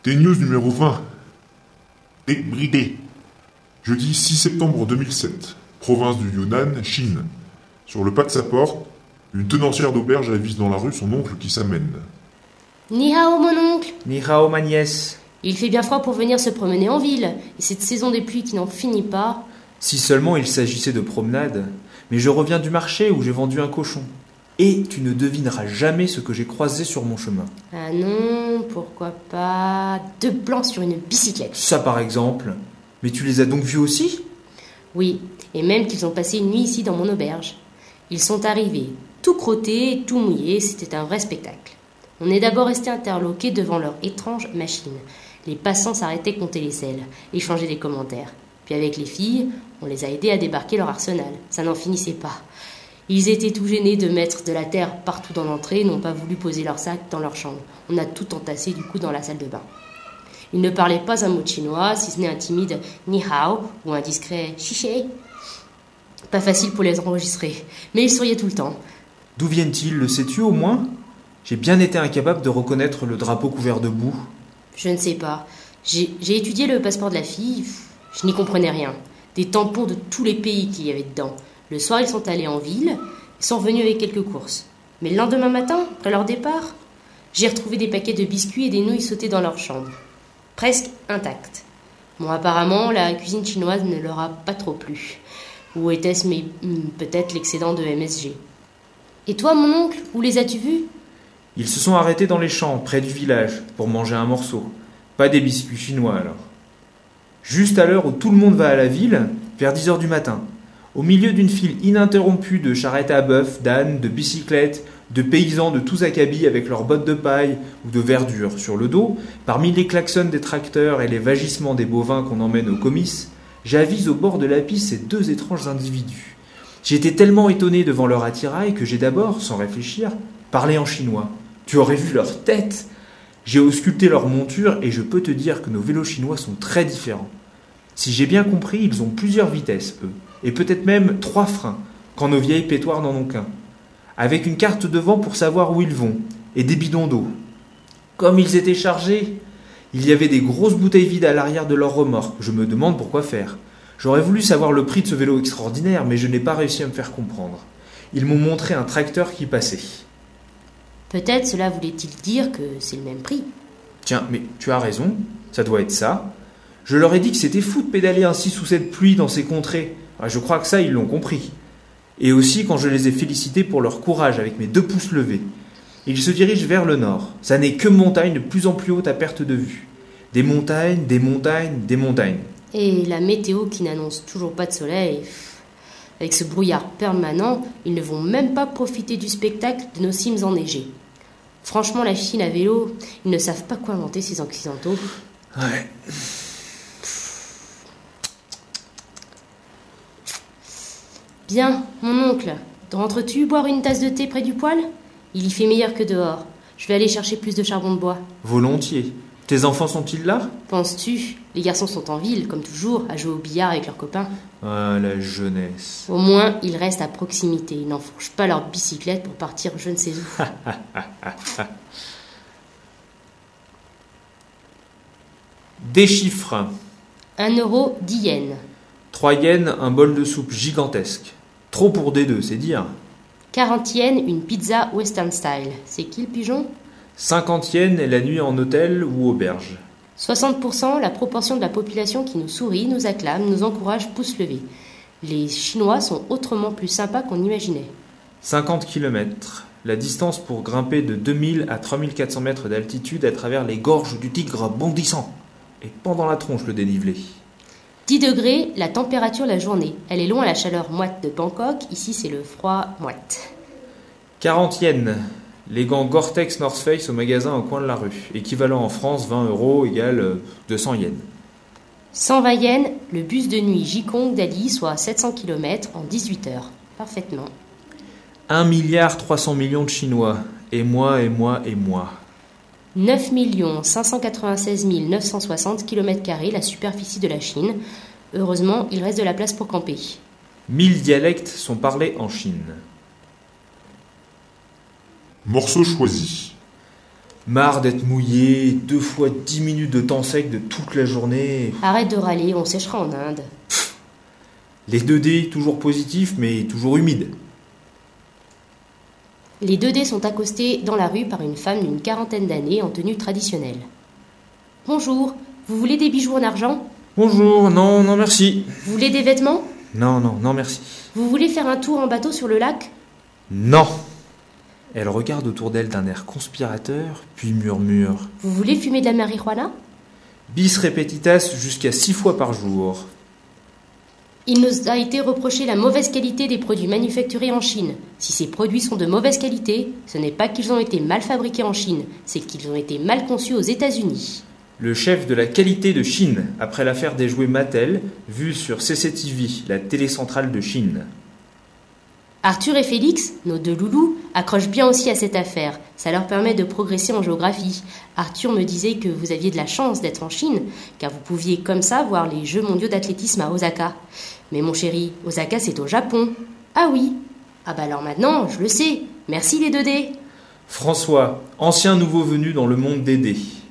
T-News numéro 20. Bridé. Jeudi 6 septembre 2007. Province du Yunnan, Chine. Sur le pas de sa porte, une tenancière d'auberge avise dans la rue son oncle qui s'amène. Ni hao, mon oncle. Ni hao, ma nièce. Il fait bien froid pour venir se promener en ville. Et cette saison des pluies qui n'en finit pas... Si seulement il s'agissait de promenade. Mais je reviens du marché où j'ai vendu un cochon. Et tu ne devineras jamais ce que j'ai croisé sur mon chemin. Ah non, pourquoi pas... 2 blancs sur une bicyclette. Ça par exemple. Mais tu les as donc vus aussi ? Oui, et même qu'ils ont passé une nuit ici dans mon auberge. Ils sont arrivés, tout crottés, tout mouillés, c'était un vrai spectacle. On est d'abord resté interloqués devant leur étrange machine. Les passants s'arrêtaient compter les selles, échanger des commentaires. Puis avec les filles, on les a aidés à débarquer leur arsenal. Ça n'en finissait pas. Ils étaient tout gênés de mettre de la terre partout dans l'entrée et n'ont pas voulu poser leurs sacs dans leur chambre. On a tout entassé du coup dans la salle de bain. Ils ne parlaient pas un mot de chinois, si ce n'est un timide ni hao ou un discret chiché. Pas facile pour les enregistrer, mais ils souriaient tout le temps. D'où viennent-ils, le sais-tu au moins ? J'ai bien été incapable de reconnaître le drapeau couvert de boue. Je ne sais pas. J'ai étudié le passeport de la fille, je n'y comprenais rien. Des tampons de tous les pays qu'il y avait dedans. Le soir, ils sont allés en ville, ils sont revenus avec quelques courses. Mais le lendemain matin, après leur départ, j'ai retrouvé des paquets de biscuits et des nouilles sautées dans leur chambre. Presque intactes. Bon, apparemment, la cuisine chinoise ne leur a pas trop plu. Ou était-ce peut-être l'excédent de MSG. Et toi, mon oncle, où les as-tu vus ? Ils se sont arrêtés dans les champs, près du village, pour manger un morceau. Pas des biscuits chinois, alors. Juste à l'heure où tout le monde va à la ville, vers 10h du matin. Au milieu d'une file ininterrompue de charrettes à bœuf, d'ânes, de bicyclettes, de paysans de tous acabits avec leurs bottes de paille ou de verdure sur le dos, parmi les klaxons des tracteurs et les vagissements des bovins qu'on emmène aux comices, j'avise au bord de la piste ces 2 étranges individus. J'ai été tellement étonné devant leur attirail que j'ai d'abord, sans réfléchir, parlé en chinois. Tu aurais vu leur tête ! J'ai ausculté leur monture et je peux te dire que nos vélos chinois sont très différents. Si j'ai bien compris, ils ont plusieurs vitesses, eux, et peut-être même 3 freins, quand nos vieilles pétoires n'en ont qu'un. Avec une carte devant pour savoir où ils vont, et des bidons d'eau. Comme ils étaient chargés, il y avait des grosses bouteilles vides à l'arrière de leur remorque. Je me demande pourquoi faire. J'aurais voulu savoir le prix de ce vélo extraordinaire, mais je n'ai pas réussi à me faire comprendre. Ils m'ont montré un tracteur qui passait. Peut-être cela voulait-il dire que c'est le même prix. Tiens, mais tu as raison, ça doit être ça. Je leur ai dit que c'était fou de pédaler ainsi sous cette pluie dans ces contrées. Je crois que ça, ils l'ont compris. Et aussi quand je les ai félicités pour leur courage avec mes 2 pouces levés. Ils se dirigent vers le nord. Ça n'est que montagnes de plus en plus hautes à perte de vue. Des montagnes, des montagnes, des montagnes. Et la météo qui n'annonce toujours pas de soleil. Avec ce brouillard permanent, ils ne vont même pas profiter du spectacle de nos cimes enneigées. Franchement, la Chine à vélo, ils ne savent pas quoi inventer, ces occidentaux. Ouais. Bien, mon oncle, rentres-tu boire une tasse de thé près du poêle ? Il y fait meilleur que dehors. Je vais aller chercher plus de charbon de bois. Volontiers. Tes enfants sont-ils là ? Penses-tu ? Les garçons sont en ville, comme toujours, à jouer au billard avec leurs copains. Ah, la jeunesse. Au moins, ils restent à proximité. Ils n'enfourchent pas leur bicyclette pour partir je ne sais où. Des chiffres. 1 euro, 10 yens. 3 yens, un bol de soupe gigantesque. Trop pour des 2, c'est dire. 40 yens, une pizza western style. C'est qui le pigeon ? 50 yens, la nuit en hôtel ou auberge. 60%, la proportion de la population qui nous sourit, nous acclame, nous encourage, pouce levé. Les Chinois sont autrement plus sympas qu'on imaginait. 50 km. La distance pour grimper de 2000 à 3400 mètres d'altitude à travers les gorges du Tigre bondissant. Et pendant la tronche le dénivelé. 10 degrés, la température la journée. Elle est loin à la chaleur moite de Bangkok, ici c'est le froid moite. 40 yens. Les gants Gore-Tex North Face au magasin au coin de la rue. Équivalent en France, 20 € égale 200 yens. 120 yens, le bus de nuit Jikong d'Ali, soit 700 km en 18 heures. Parfaitement. 1 milliard 300 millions de Chinois. Et moi, et moi, et moi. 9 596 960 km², la superficie de la Chine. Heureusement, il reste de la place pour camper. 1000 dialectes sont parlés en Chine. Morceau choisi. Marre d'être mouillé, 2 fois 10 minutes de temps sec de toute la journée. Arrête de râler, on séchera en Inde. Les 2D, toujours positifs, mais toujours humides. Les 2D sont accostés dans la rue par une femme d'une 40aine d'années en tenue traditionnelle. « Bonjour, vous voulez des bijoux en argent ? Bonjour, non, non merci. Vous voulez des vêtements ? Non, non, non merci. Vous voulez faire un tour en bateau sur le lac ? Non. Elle regarde autour d'elle d'un air conspirateur, puis murmure. Vous voulez fumer de la marijuana ? Bis repetitas jusqu'à 6 fois par jour. Il nous a été reproché la mauvaise qualité des produits manufacturés en Chine. Si ces produits sont de mauvaise qualité, ce n'est pas qu'ils ont été mal fabriqués en Chine, c'est qu'ils ont été mal conçus aux États-Unis. Le chef de la qualité de Chine, après l'affaire des jouets Mattel, vue sur CCTV, la télécentrale de Chine. Arthur et Félix, nos deux loulous, accrochent bien aussi à cette affaire. Ça leur permet de progresser en géographie. Arthur me disait que vous aviez de la chance d'être en Chine, car vous pouviez comme ça voir les Jeux mondiaux d'athlétisme à Osaka. Mais mon chéri, Osaka c'est au Japon. Ah oui. Ah bah alors maintenant, je le sais. Merci les 2D. François, ancien nouveau venu dans le monde d'Aidé.